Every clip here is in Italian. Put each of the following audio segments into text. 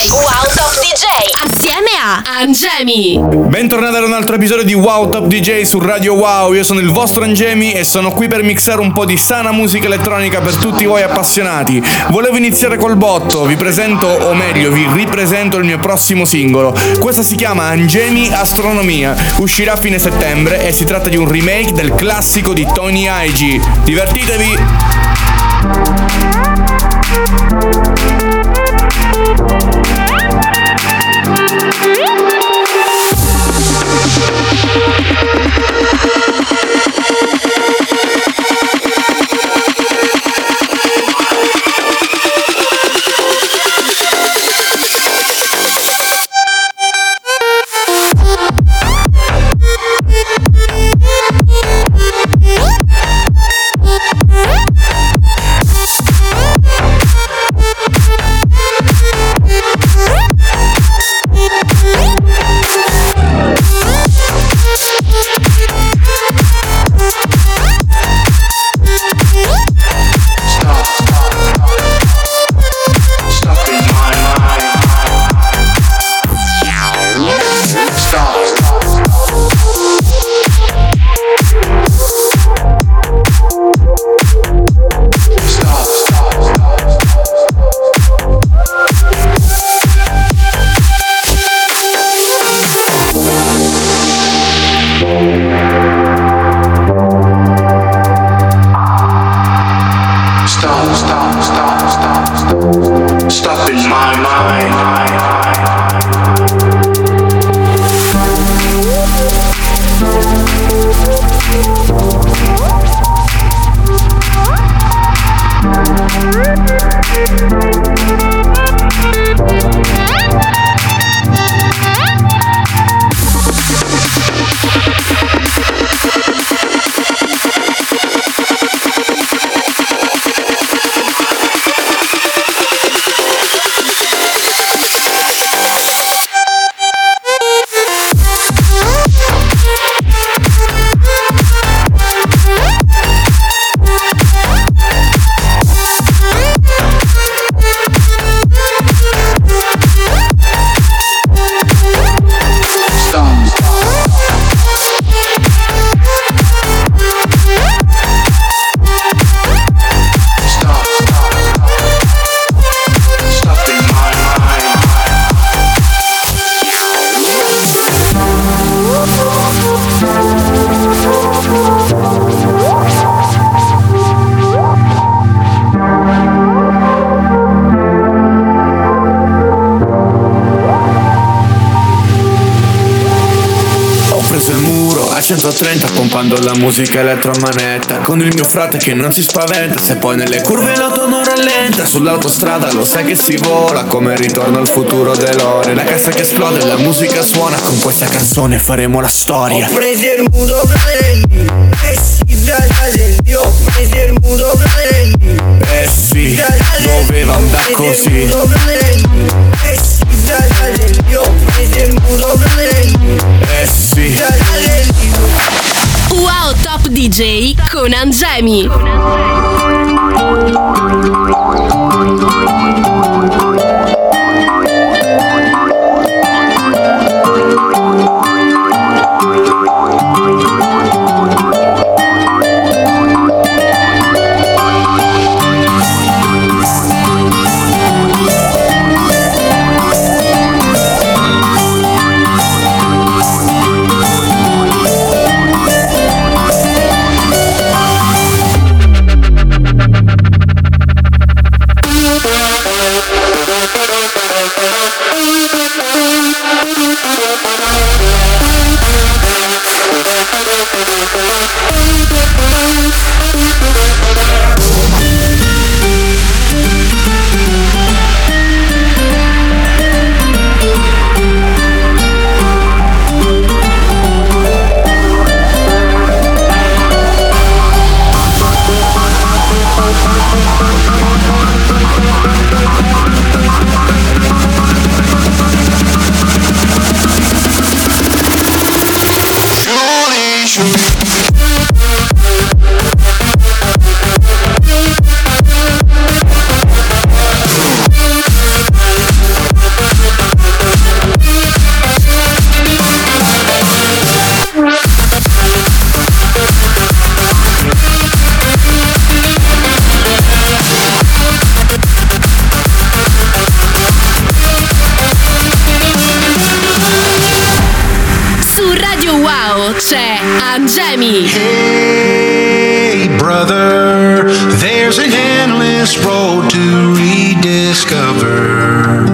Wow Top DJ assieme a Angemi. Bentornati ad un altro episodio di Wow Top DJ su Radio Wow. Io sono il vostro Angemi e sono qui per mixare un po' di sana musica elettronica per tutti voi appassionati. Volevo iniziare col botto, vi presento, o meglio vi ripresento il mio prossimo singolo. Questo si chiama Angemi Astronomia, uscirà a fine settembre e si tratta di un remake del classico di Tony Ig. Divertitevi! Stop in my mind. Sul muro a 130 pompando la musica elettromanetta, con il mio frate che non si spaventa se poi nelle curve l'auto non rallenta. Sull'autostrada lo sai che si vola come il ritorno al futuro dell'ore. La cassa che esplode, la musica suona, con questa canzone faremo la storia. Ho preso il muto fratelli, e si tratta del Dio. Ho preso il muto fratelli, eh sì, doveva andare così. e si tratta del Dio. Ho preso il muto fratelli, Eh sì, Wow Top DJ con Angemi. Angemi. Hey, brother, there's an endless road to rediscover.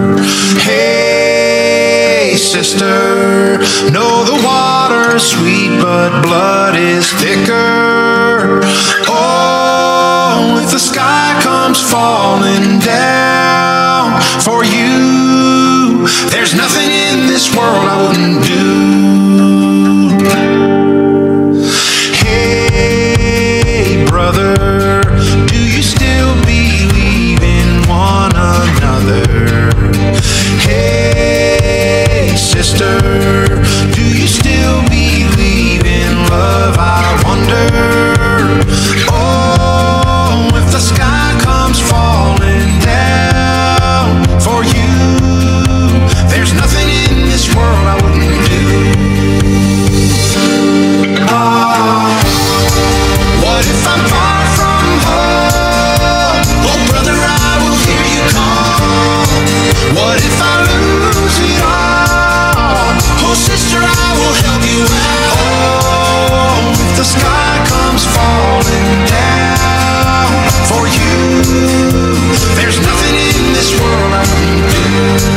Hey, sister, know the water's sweet, but blood is thicker. Oh, if the sky comes falling down for you, there's nothing in this world I wouldn't do. Brother, do you still believe in one another? Hey, sister, do you still believe in love? I wonder. Oh, if the sky comes falling down for you, there's nothing in this world I wouldn't do. What if I'm far from home? Oh, brother, I will hear you call. What if I lose it all? Oh, sister, I will help you out. Oh, if the sky comes falling down for you, there's nothing in this world I wouldn't do.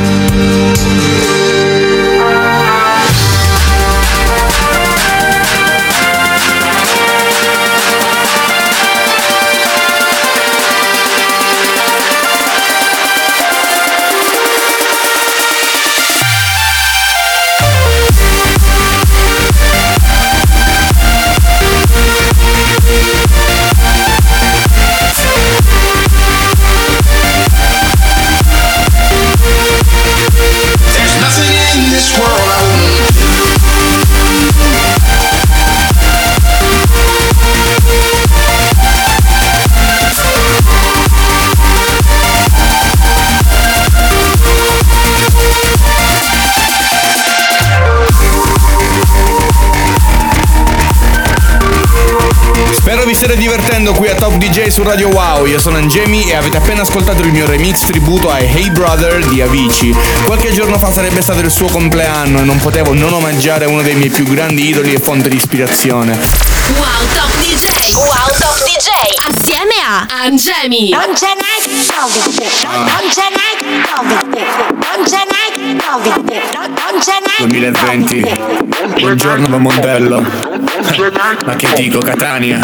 Spero vi stiate divertendo qui a Top DJ su Radio Wow. Io sono Angemi e avete appena ascoltato il mio remix tributo ai Hey Brother di Avicii. Qualche giorno fa sarebbe stato il suo compleanno e non potevo non omaggiare uno dei miei più grandi idoli e fonte di ispirazione. Wow Top DJ. Wow Top DJ. Assieme a Angemi. Non ce n'è Covid, non ce n'è Covid, non ce n'è Covid, non ce n'è 2020. Buongiorno da Mondello. Ma che dico, Catania?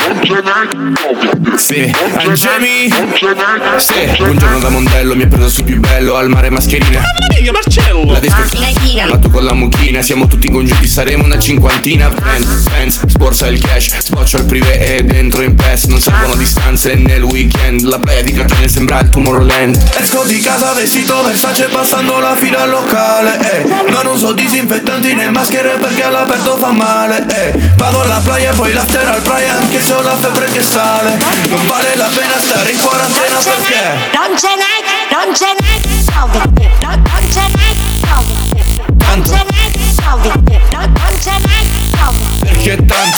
Sì, Angemi? Sì, buongiorno da Mondello, mi ha preso su più bello al mare mascherina. Marcello! La discoteca, ma tu con la mucchina, siamo tutti congiunti, saremo una cinquantina. Pens, sborsa il cash, sboccio al privé e dentro in PES. Non servono distanze nel weekend, la playa di Catania sembra il Tomorrowland. Esco di casa vestito Versace passando la fila al locale, non uso disinfettanti né maschere perché all'aperto fa male, vado alla playa e poi l'after al Praia anche se ho la febbre che sale. Non vale la pena stare in quarantena perché non ce n'è Covid, non ce n'è Covid, non ce n'è Covid, non ce n'è Covid. Perché tanto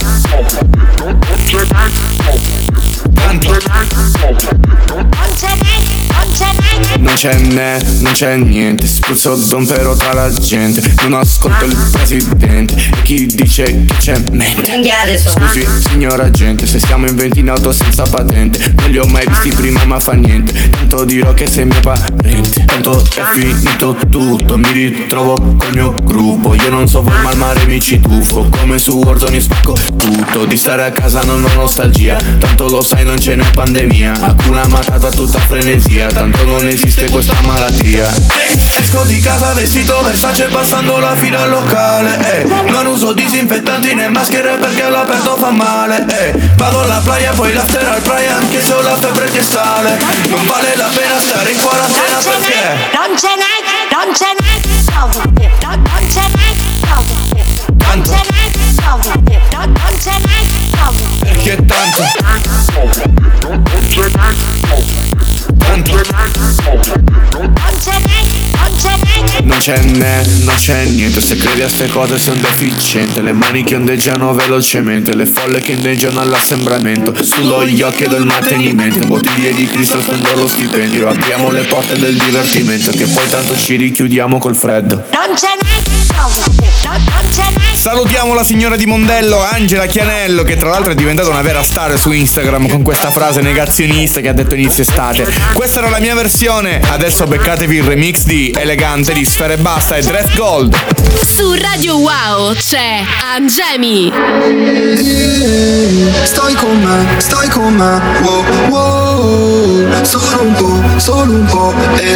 non c'è niente, spruzzo Don Pero tra la gente. Non ascolto il presidente e chi dice che c'è mente. Scusi signora gente, se siamo in 20 in auto senza patente. Non li ho mai visti prima ma fa niente, tanto dirò che sei mio parente. Tanto è finito tutto, mi ritrovo col mio gruppo. Io non so voi ma al mare mi ci tuffo, come su Warzone spacco tutto. Di stare a casa non ho nostalgia, tanto lo sai non ce n'è pandemia. Hakuna Matata tutta frenesia, tanto non esiste questa malattia. Esco di casa vestito Versace passando la fila al locale, non uso disinfettanti né maschere perché all'aperto fa male, vado alla playa poi l'after al Praia anche se ho la febbre che sale. Non vale la pena stare in quarantena perché non ce n'è Covid, non ce n'è Covid, non ce n'è Covid, non ce n'è Covid. Perché tanto non c'è niente. Se credi a ste cose sei un deficiente. Le mani che ondeggiano velocemente, le folle che ondeggiano all'assembramento. Sullo yacht chiedo il mantenimento, bottiglie di Cristo spendo lo stipendio. Apriamo le porte del divertimento che poi tanto ci richiudiamo col freddo. Non ce n'è Covid, non ce n'è Salutiamo la signora di Mondello, Angela Chianello, che tra l'altro è diventata una vera star su Instagram con questa frase negazionista che ha detto inizio estate. Questa era la mia versione, adesso beccatevi il remix di Elegante di Sfera Ebbasta e Dress Gold. Su Radio Wow c'è Angemi. Stai con me, wow, wow. Solo un po',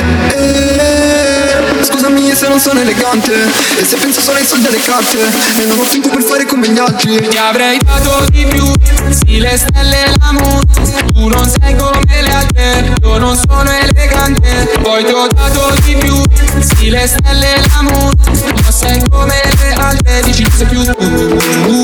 Scusami se non sono elegante, e se penso solo ai soldi alle carte, e non ho tempo per fare come gli altri. Ti avrei dato di più, sì le stelle e l'amore. Tu non sei come le altre, io non sono elegante. Poi ti ho dato di più, sì le stelle e l'amore. Non sei come le altre, dici che sei più tu.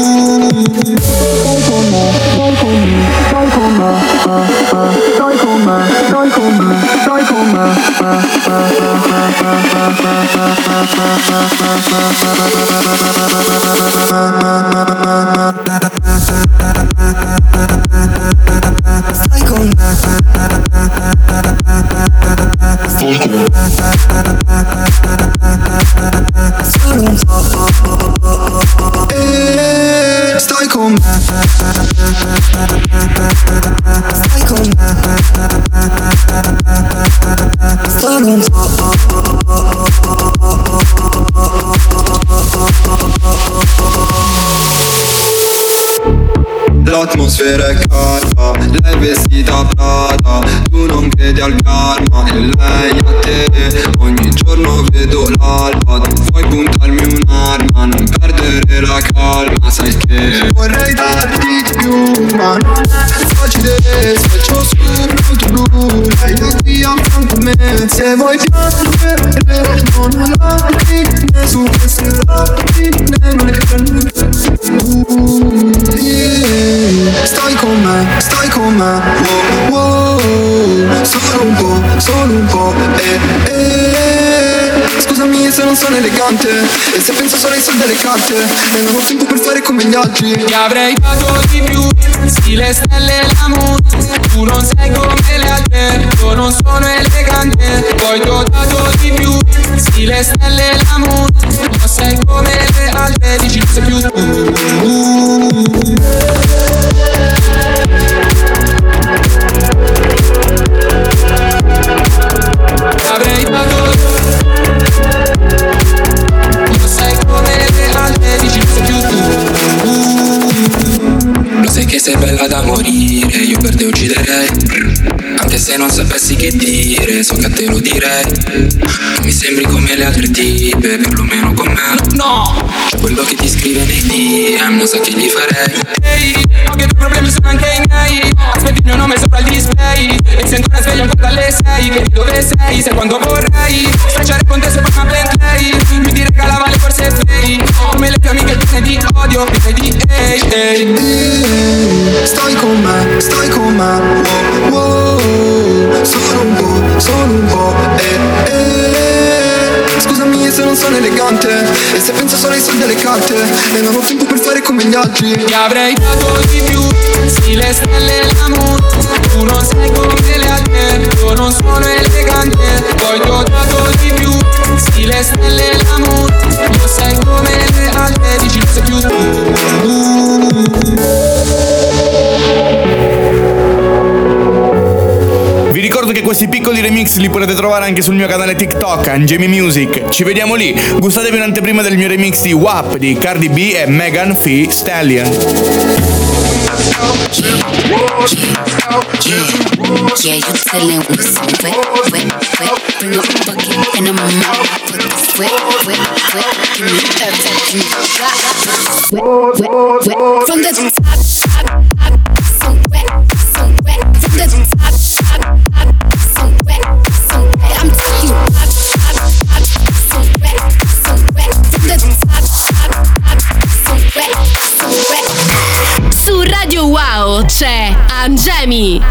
Stai con me. Solo un po'. Stai con me. Stai con me. Solo un po'. L'atmosfera è calda, lei vestita Prada. Tu non credi al karma e lei a te. Ogni giorno vedo l'alba, tu vuoi puntarmi un'arma, non perdere la calma, sai che vorrei darti di più, ma non è facile. Specchio sul tuo blu, lei è qui a fianco a me. Se vuoi piangere, non ho lacrime su queste lacrime, non è Stai con me, wow, wow. Solo un po', Scusami se non sono elegante, e se penso solo ai soldi alle carte, e non ho tempo per fare come gli altri. Ti avrei dato di più, sì le stelle e l'amore. Tu non sei come le altre, io non sono elegante. Poi ti ho dato di più, sì le stelle e l'amore. Non sei come le altre, dici che sei più tu. Avrei dato, non sei come le altre, dici che sei più tu. Lo sai che sei bella da morire, io per te ucciderei. Anche se non sapessi che dire, so che a te lo direi. Non mi sembri come le altre tipe, perlomeno con me. No! C'è quello che ti scrive nei DM, non so che gli farei. Ehi, hey, ho che i tuoi problemi sono anche i miei. Aspetti il mio nome sopra il display, e se ancora sveglio ancora dalle 6. Che dove sei, sai quando vorrei stacciare con te sopra una Bentley. Mi ti regalava le corse play, come le tue amiche piene di odio, piene di hey. Stai con me, wow, wow. Solo un po', Scusami se non sono elegante, e se penso solo ai soldi alle carte, e non ho tempo per fare come gli altri. Ti avrei dato di più, sì le stelle e l'amore. Tu non sei come le altre, io non sono elegante. Poi ti ho dato di più, sì le stelle e l'amore. Non sei come le altre, dici che sei più tu. Vi ricordo che questi piccoli remix li potete trovare anche sul mio canale TikTok, Angemi Music. Ci vediamo lì. Gustatevi un'anteprima del mio remix di WAP di Cardi B e Megan Thee Stallion. Yeah, you tellin' with some wet. Bring up a bucket and a mop. Put the wet. Give me everything you got. Wet. From the top. So wet. From the top. So wet. I'm telling you hot. So wet. From the top. So wet. Su Radio Wow c'è Angemi.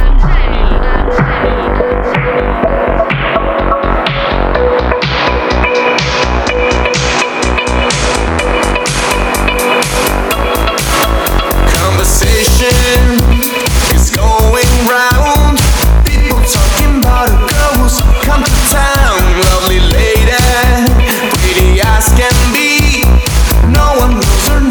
Come to town, lovely lady, pretty as can be. No one knows her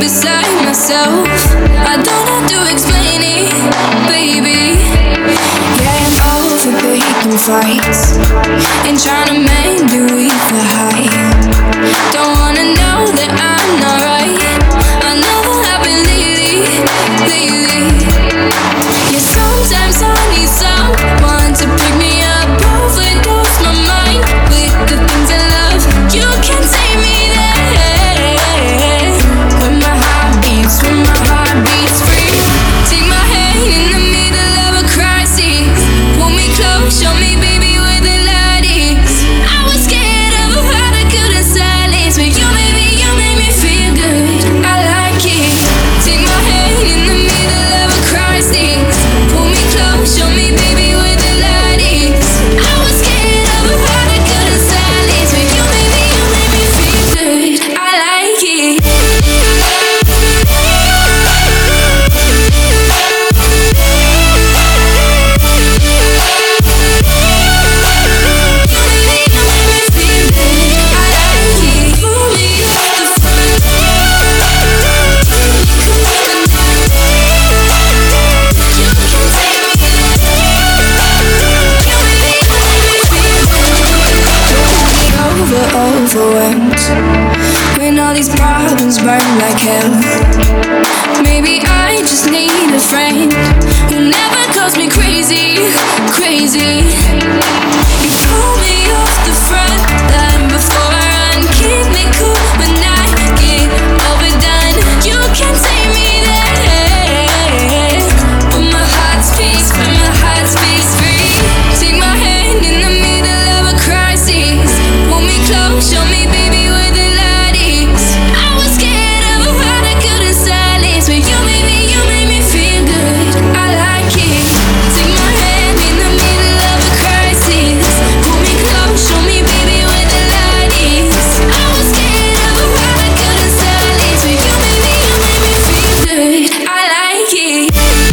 beside myself. I don't have to explain it, baby. Yeah, I'm over picking fights and trying to mend it with the high. Don't wanna know that I'm not right. I never have been lately. Yeah, sometimes I need someone to pick me up, overdose my mind with the things I love. You can take me there when my heart beats free. Take my hand in the middle of a crisis. Pull me close, show me, baby, where the light is. I was scared of how I couldn't silence, but you made me feel good. I like it. Take my hand in the middle of a crisis. Pull me close, show me, baby, where the light is. I was scared of how I couldn't silence, but you made me feel good. I like it. Overwhelmed when all these problems burn like hell. Maybe I just need a friend who never calls me crazy. You pull me off the front line before I run. Keep me cool when I get overdone. You can take me there when my heart speaks free. Take my hand in the middle of a crisis. Pull me close, show me, baby, where the light is. I was scared of how I couldn't silence, but you made me feel good. I like it. Take my hand in the middle of a crisis. Pull me close, show me, baby, where the light is. I was scared of how I couldn't silence, but you made me feel good. I like it.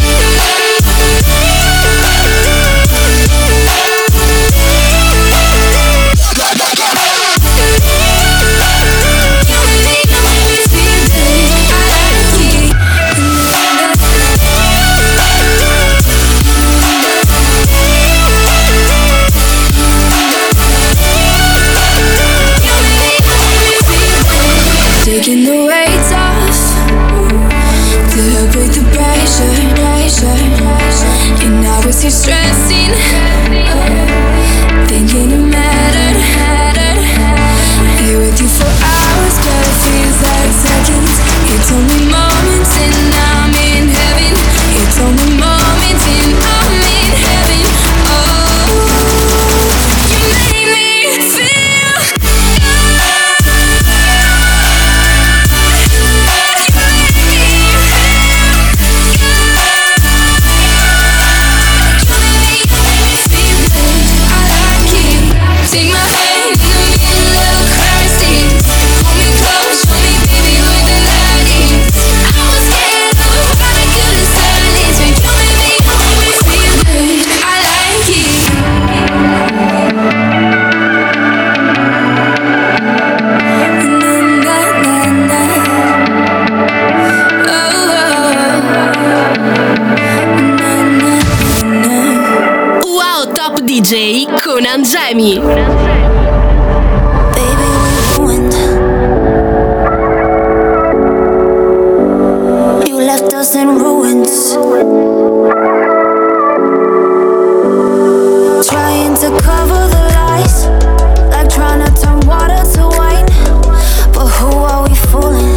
Taking the weight off to help with the pressure. And now it's here stressing, thinking it mattered. Here with you for hours, but it feels like seconds. It's only moments and I'm in heaven. It's only moments and I'm in heaven. Oh, you made me feel take my hand in the middle of a crisis. Pull me close, show me, baby, where the light is. I was scared of how I couldn't silence, but you made me feel good. I like it. Wow Top DJ con Angemi. Baby, we ruined. You left us in ruins. Trying to cover the lies, like trying to turn water to wine. But who are we fooling?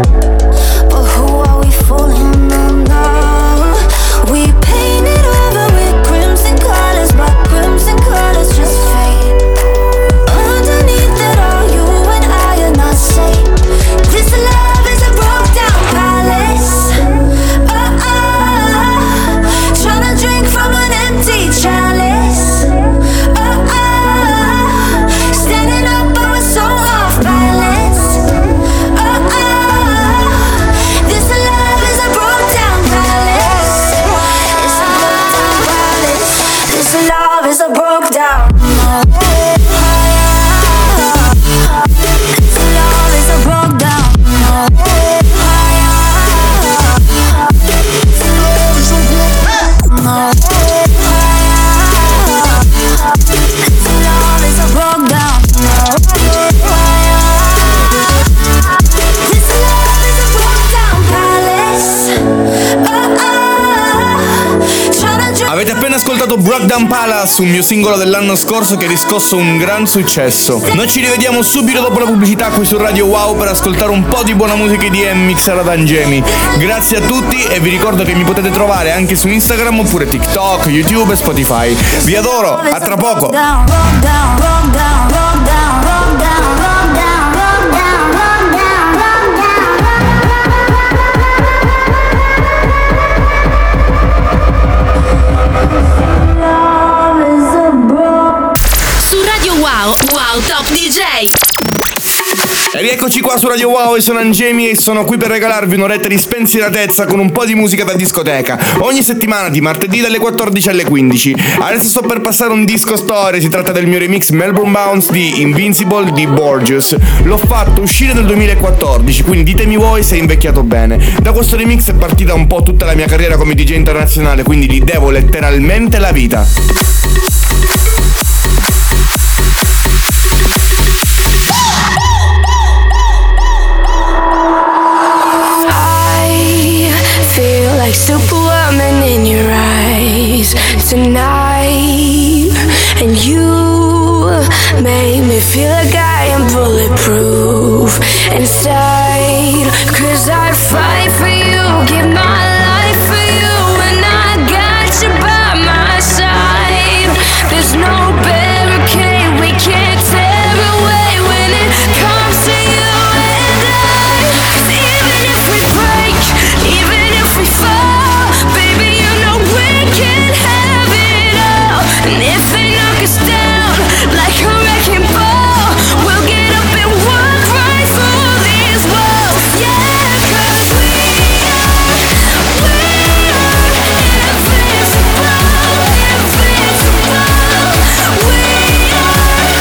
No. We painted over with crimson colors, but crimson colors just fade. Underneath it all, you and I are not safe. This love is a broke down palace. Trying to drink from an ascoltato Breakdown Palace, un mio singolo dell'anno scorso che ha riscosso un gran successo. Noi ci rivediamo subito dopo la pubblicità qui su Radio Wow per ascoltare un po' di buona musica EDM mixata da Angemi. Grazie a tutti e vi ricordo che mi potete trovare anche su Instagram oppure TikTok, YouTube e Spotify. Vi adoro, a tra poco! Wow Top DJ. E rieccoci qua su Radio Wow, io sono Angemi e sono qui per regalarvi un'oretta di spensieratezza con un po' di musica da discoteca. Ogni settimana di martedì dalle 14 alle 15. Adesso sto per passare un disco storia, si tratta del mio remix Melbourne Bounce di Invincible di Borges. L'ho fatto uscire nel 2014, quindi ditemi voi se è invecchiato bene. Da questo remix è partita un po' tutta la mia carriera come DJ internazionale, quindi gli devo letteralmente la vita. Like Superwoman in your eyes tonight, and you make me feel like I am bulletproof inside. 'Cause I'd fight for you, give my life for you, and I got you by my side. There's no barricade we can't tear away when it comes to you and I. 'Cause even if we break, even if we fall, baby, you know we can have it all. And if they knock us down like a wrecking ball, we'll get up and walk right through these walls. Yeah, 'cause we are invincible, invincible. We are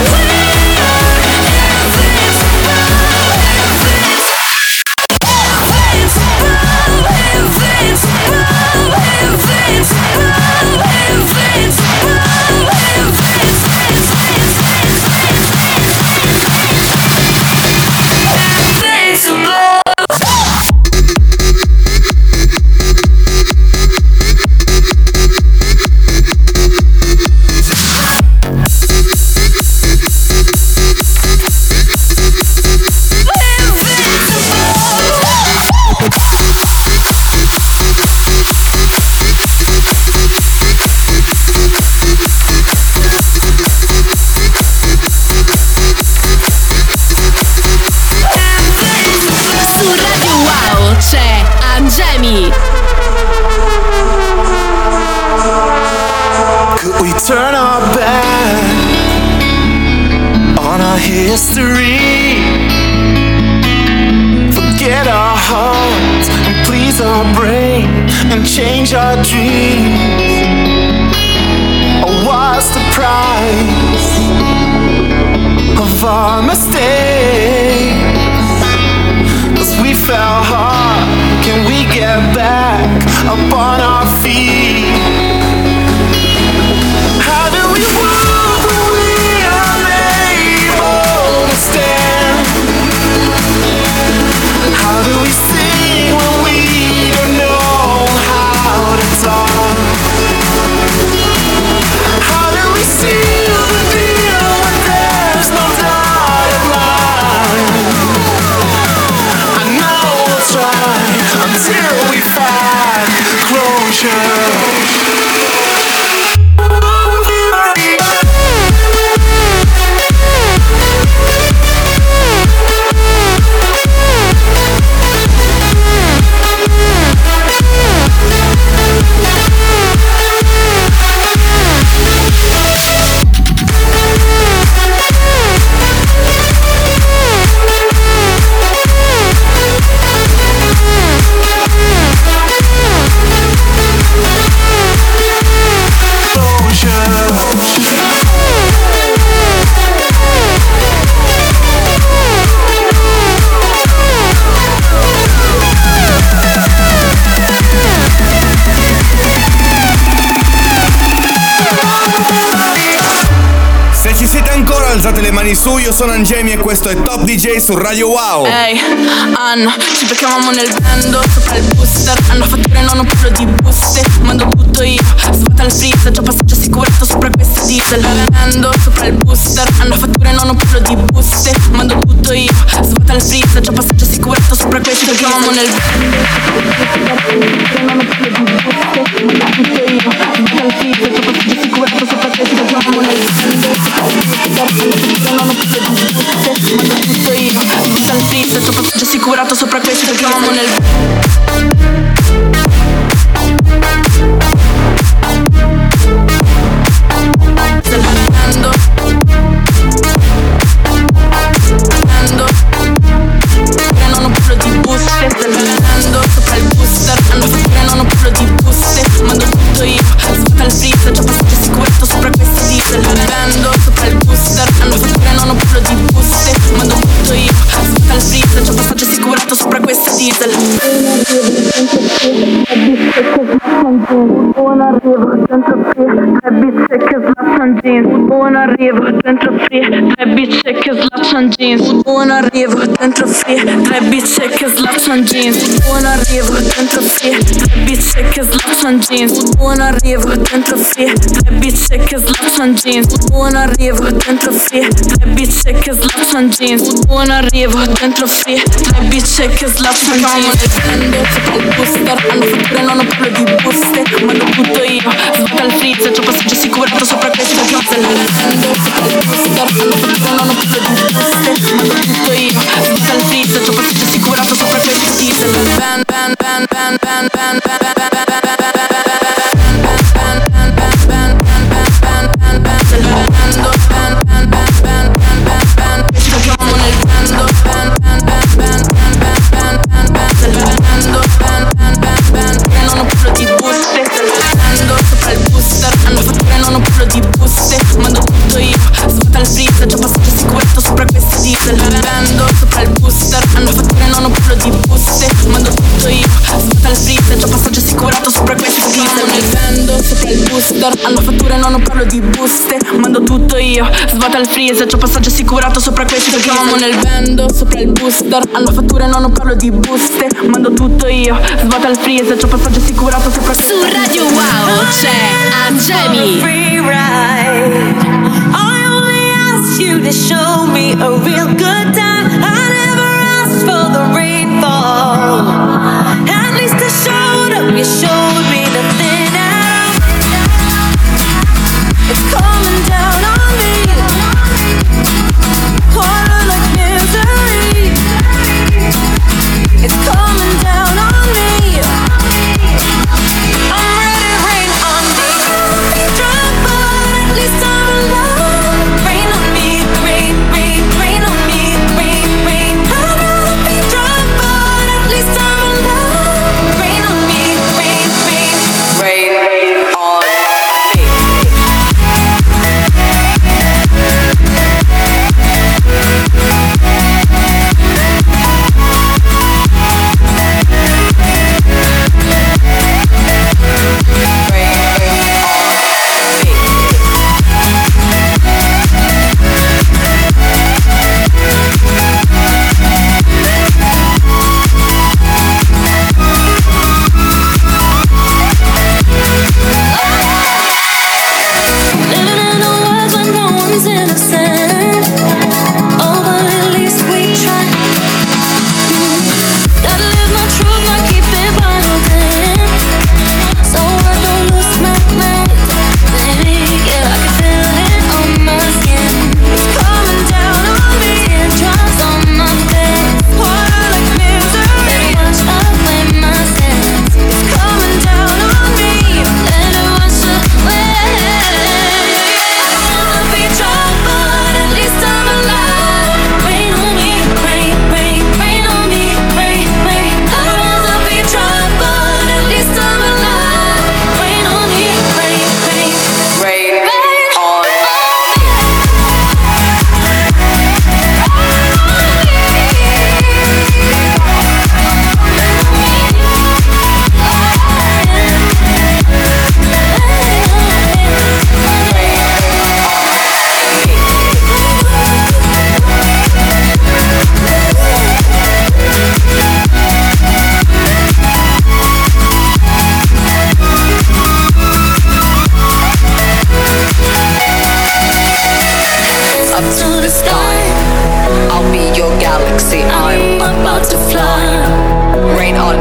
Angemi. Could we turn our back on our history? Forget our hearts and please our brain and change our dreams. Oh, what's the price of our mistakes? 'Cause we fell hard, can we get back up on our feet? How do we walk when we are unable to stand? How do we sing when we don't know how to talk? How do we seal the deal when there's no dotted line? I know we'll try until we find closure. mani su, io sono Angemi e questo è Top DJ su Radio Wow. Ehi, Anno, ci beccavamo nel bando, sopra il booster. Hanno fatture, non ho quello di buste. Mando tutto io, svuota il freezer. Già passaggio assicurato sopra questi diesel. Bando, sopra il booster. Hanno fatture, non ho quello di buste. Mando tutto io, svuota il freezer. Già passaggio assicurato sopra questi diesel. Ci beccavamo nel bando, non ho quello di buste. Mando tutto io, svuota il freezer. Già passaggio assicurato sopra questi diesel. Ci beccavamo nel bando, non ho quello di buste. Mando tutto io, svuota il freezer. Già passaggio assicurato sopra questi diesel. Ci nel non ho quello di buste. Sopra il booster. Hanno fatture, non ho quello di buste. Mando tutto io, svuota il freezer. Già passaggio assicurato sopra questi diesel. Sopra il booster. Hanno fatture, non ho quello di buste. Mando tutto io, svuota il freezer. Già passaggio assicurato sopra questi diesel. Buon arrivo, dentro free, 3 bicce che slaccian jeans. Buon arrivo, dentro free, 3 bicce che slaccian jeans. Buon arrivo, dentro free, 3 bicce che slaccian jeans. Buon arrivo, dentro free, 3 bicce che slaccian jeans. Buon arrivo, dentro free, 3 bicce che slaccian jeans. Buon arrivo, dentro free, 3 bicce che slaccian jeans. Buon arrivo, dentro free, 3 bicce che slaccian jeans. Sopra il booster, hanno fatture, non ho quello di buste. Mando tutto io, svuota il freezer. C'ho passaggio assicurato sopra questi diesel. Sopra il booster, hanno fatture, non ho quello di buste. Mando tutto io, svuota il freezer. C'ho passaggio assicurato sopra questi diesel. Mando tutto io, svuota il freezer. Già passaggio assicurato sopra questi diesel. Sopra il booster. Hanno fatture, non ho quello di buste. Mando tutto io, svuota il freezer. Già passaggio assicurato sopra questi diesel. Sopra il booster. Hanno fatture, non ho quello di buste. Mando tutto io, svuota il freezer. Già passaggio assicurato sopra questi diesel. Nel bando, sopra il booster. Hanno fatture, non ho quello di buste. Mando tutto io, svuota il freezer. Già passaggio assicurato sopra questi diesel. Su Radio Wow c'è Angemi. I only asked you to show me a real good time. I never asked for the rainfall. At least I showed up, you showed me nothing else. It's coming down on me. Water like misery. It's coming down on me. I'm ready, rain on me. Drop, but at least I'm alive. Rain on me, rain, rain, rain on me, rain, rain. I'd rather be drunk, but at least I'm alive.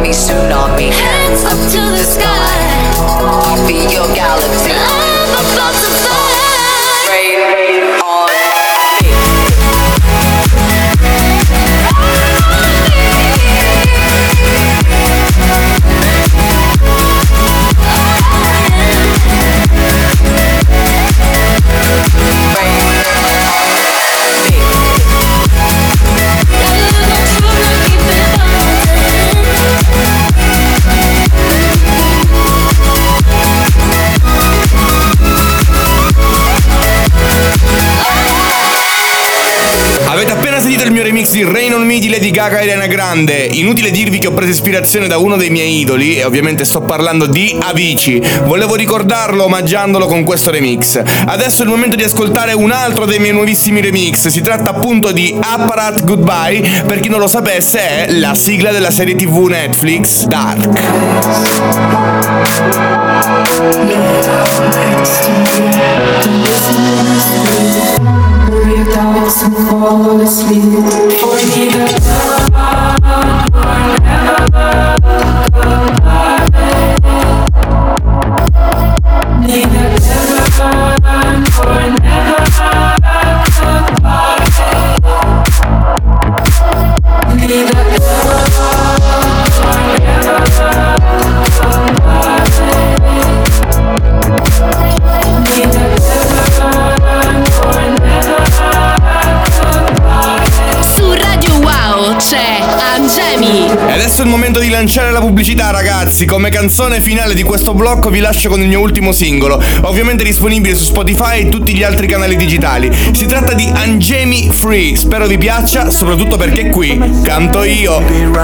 me, tsunami. Hands up to the sky. I'll be your galaxy. I'm about to fly. Rain on me. Avete appena sentito il mio remix di Rain on Me di Lady Gaga e Ariana Grande. Inutile dirvi che ho preso ispirazione da uno dei miei idoli, e ovviamente sto parlando di Avicii. Volevo ricordarlo omaggiandolo con questo remix. Adesso è il momento di ascoltare un altro dei miei nuovissimi remix. Si tratta appunto di Apparat Goodbye. Per chi non lo sapesse, è la sigla della serie TV Netflix Dark. And fall asleep. For me to c'è Angemi. E adesso è il momento di lanciare la pubblicità, ragazzi. Come canzone finale di questo blocco vi lascio con il mio ultimo singolo, ovviamente disponibile su Spotify e tutti gli altri canali digitali. Si tratta di Angemi Free. Spero vi piaccia, soprattutto perché qui canto io.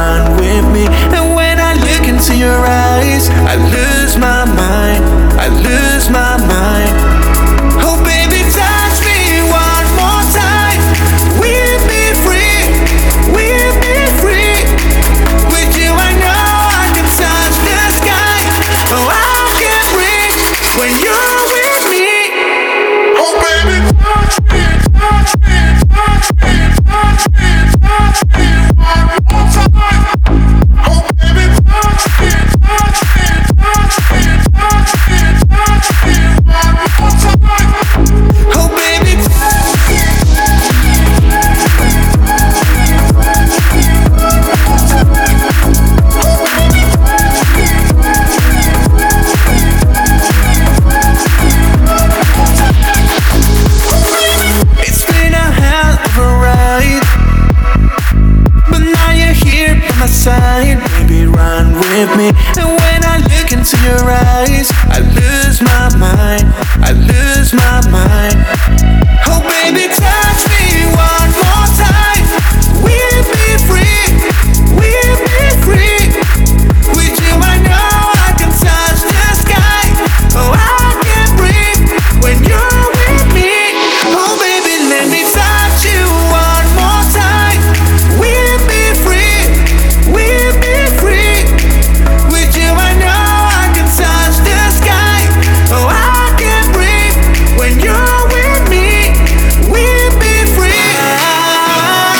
Baby, run with me. And when I look into your eyes, I lose my mind. I lose my mind. Oh, baby, touch me one more time. We'll be free. We'll be free. With you, I know I can touch the sky. Oh, I can breathe when you're with me. Oh, baby, let me touch you one more time. We'll be free. We'll be free. With you, I know I can touch the sky. Oh, I can breathe when you're with me. We'll be free.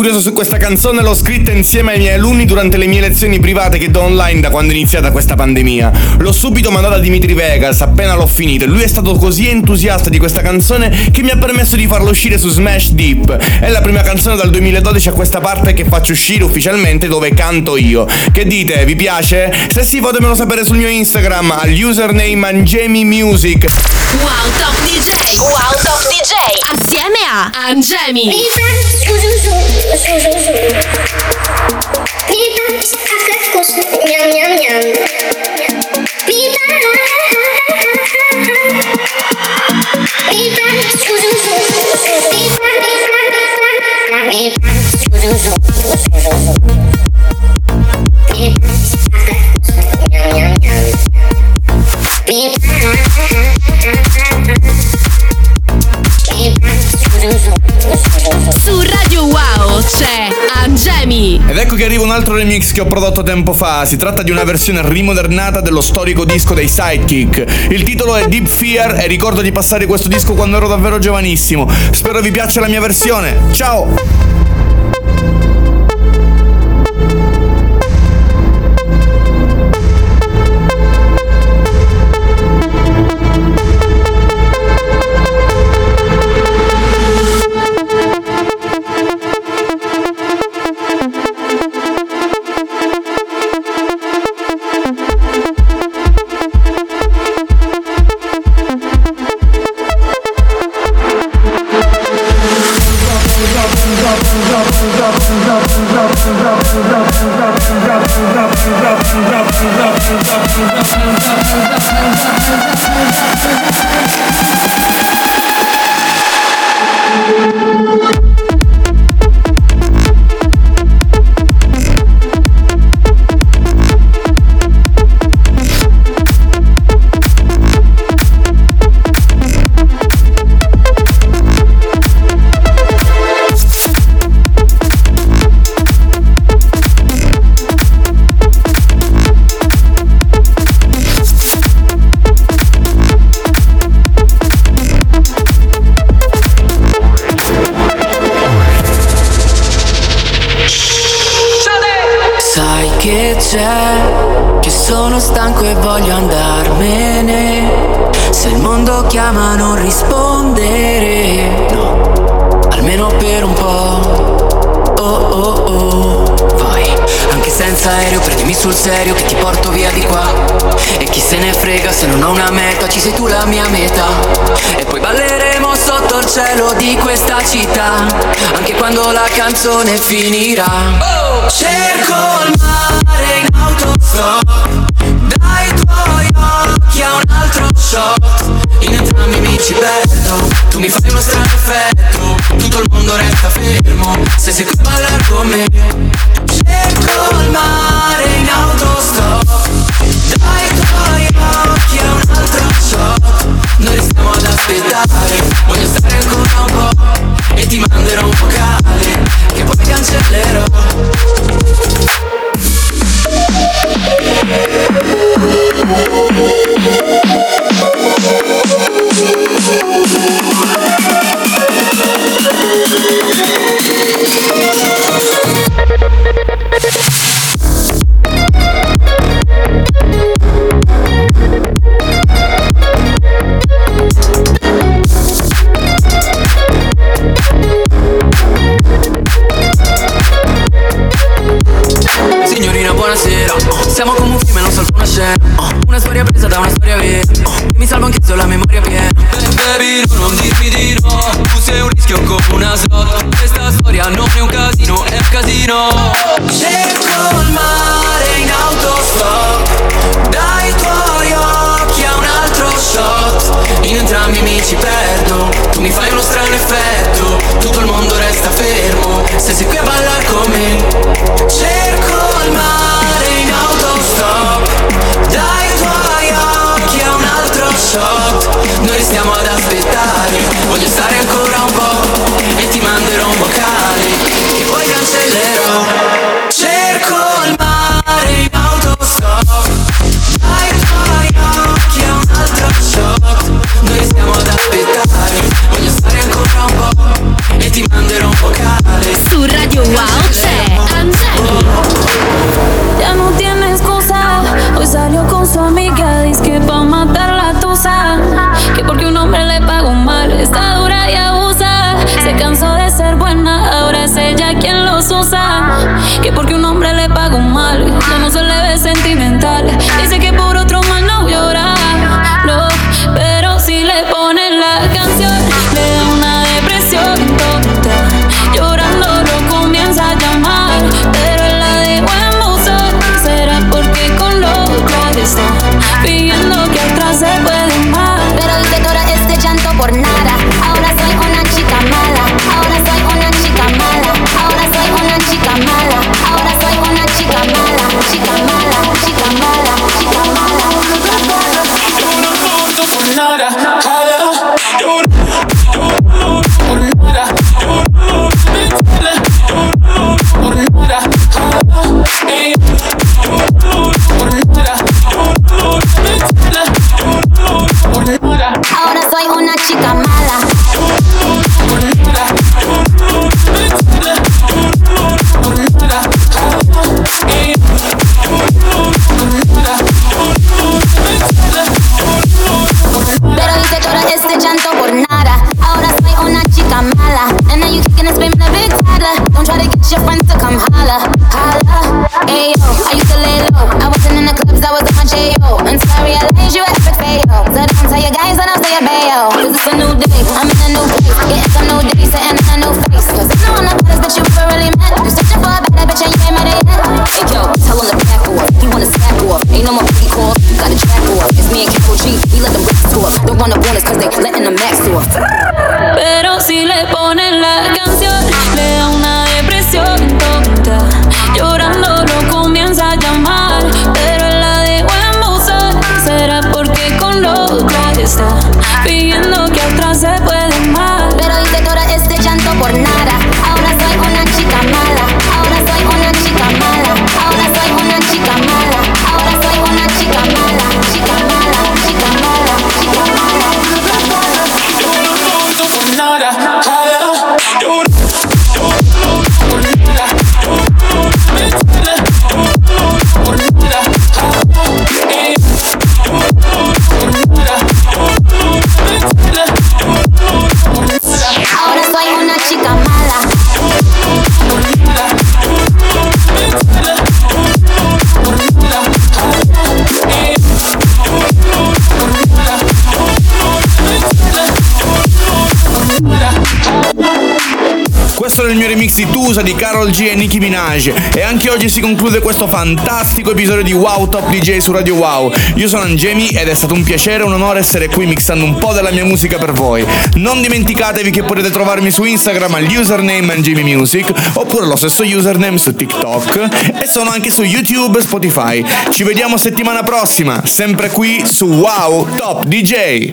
curioso su questa canzone l'ho scritta insieme ai miei alunni durante le mie lezioni private che do online da quando è iniziata questa pandemia. L'ho subito mandata a Dimitri Vegas appena l'ho finito e lui è stato così entusiasta di questa canzone che mi ha permesso di farla uscire su Smash Deep. È la prima canzone dal 2012 a questa parte che faccio uscire ufficialmente, dove canto io. Che dite? Vi piace? Se sì, fatemelo sapere sul mio Instagram al username Angemi Music. Wow Top DJ. Wow Top DJ. Assieme a Angemi. Su Radio Wow c'è Angemi. Ed ecco che arriva un altro remix che ho prodotto tempo fa. Si tratta di una versione rimodernata dello storico disco dei Sidekick. Il titolo è Deep Fear e ricordo di passare questo disco quando ero davvero giovanissimo. Spero vi piaccia la mia versione. Ciao! Che sono stanco e voglio andarmene. Se il mondo chiama non rispondere, no, almeno per un po'. Oh oh oh, vai. Anche senza aereo prendimi sul serio che ti porto via di qua. E chi se ne frega se non ho una meta, ci sei tu la mia meta. E poi balleremo sotto il cielo di questa città, anche quando la canzone finirà. Cerco il mare in autostop, dai tuoi occhi a un altro shot. In entrambi mi ci perdo, tu mi fai uno strano effetto. Tutto il mondo resta fermo, se sei qui a ballare con me. Cerco il mare in autostop, dai tuoi occhi a un altro shot. Noi restiamo ad aspettare, voglio stare ancora un po'. E ti manderò un vocale, che poi cancellerò. Signorina, buonasera. Siamo come un film e non salvo una scena. Una storia presa da una storia vera. Mi salvo anche se ho la memoria piena. Baby, non dirmi di no. Tu sei un rischio come una slot. Questa storia non è un casino, è un casino. Cerco il mare in autostop, dai tuoi occhi a un altro shot. In entrambi mi ci perdo, tu mi fai uno strano effetto. Tutto il mondo resta fermo, se sei qui a ballare con me. Cerco il mare in autostop, dai tuoi occhi a un altro shot. Noi restiamo ad aspettare, voglio stare ancora un po'. E ti manderò un vocale, che poi cancellerò. Cerco il mare in autostop. G, we let them racks to up. Don't run up on us cause they letting them max to us. Pero si le ponen la canción, le da una depresión tonta. Llorando lo comienza a llamar, pero él la dejó embusar. Será porque con la otra está pidiendo que atrás se puede más. Pero hice todo este llanto por nada. Ahora soy una chica mala. Ahora soy una chica mala. Ahora soy una chica mala. Ahora soy una chica mala. Chica mala, chica mala, chica mala, chica mala. Yo por nada. Ahora soy una chica mala. Questo è il mio remix di Tusa di Karol G e Nicki Minaj e anche oggi si conclude questo fantastico episodio di Wow Top DJ su Radio Wow. Io sono Angemi ed è stato un piacere e un onore essere qui mixando un po' della mia musica per voi. Non dimenticatevi che potete trovarmi su Instagram al username Angemi Music oppure lo stesso username su TikTok e sono anche su YouTube e Spotify. Ci vediamo settimana prossima, sempre qui su Wow Top DJ.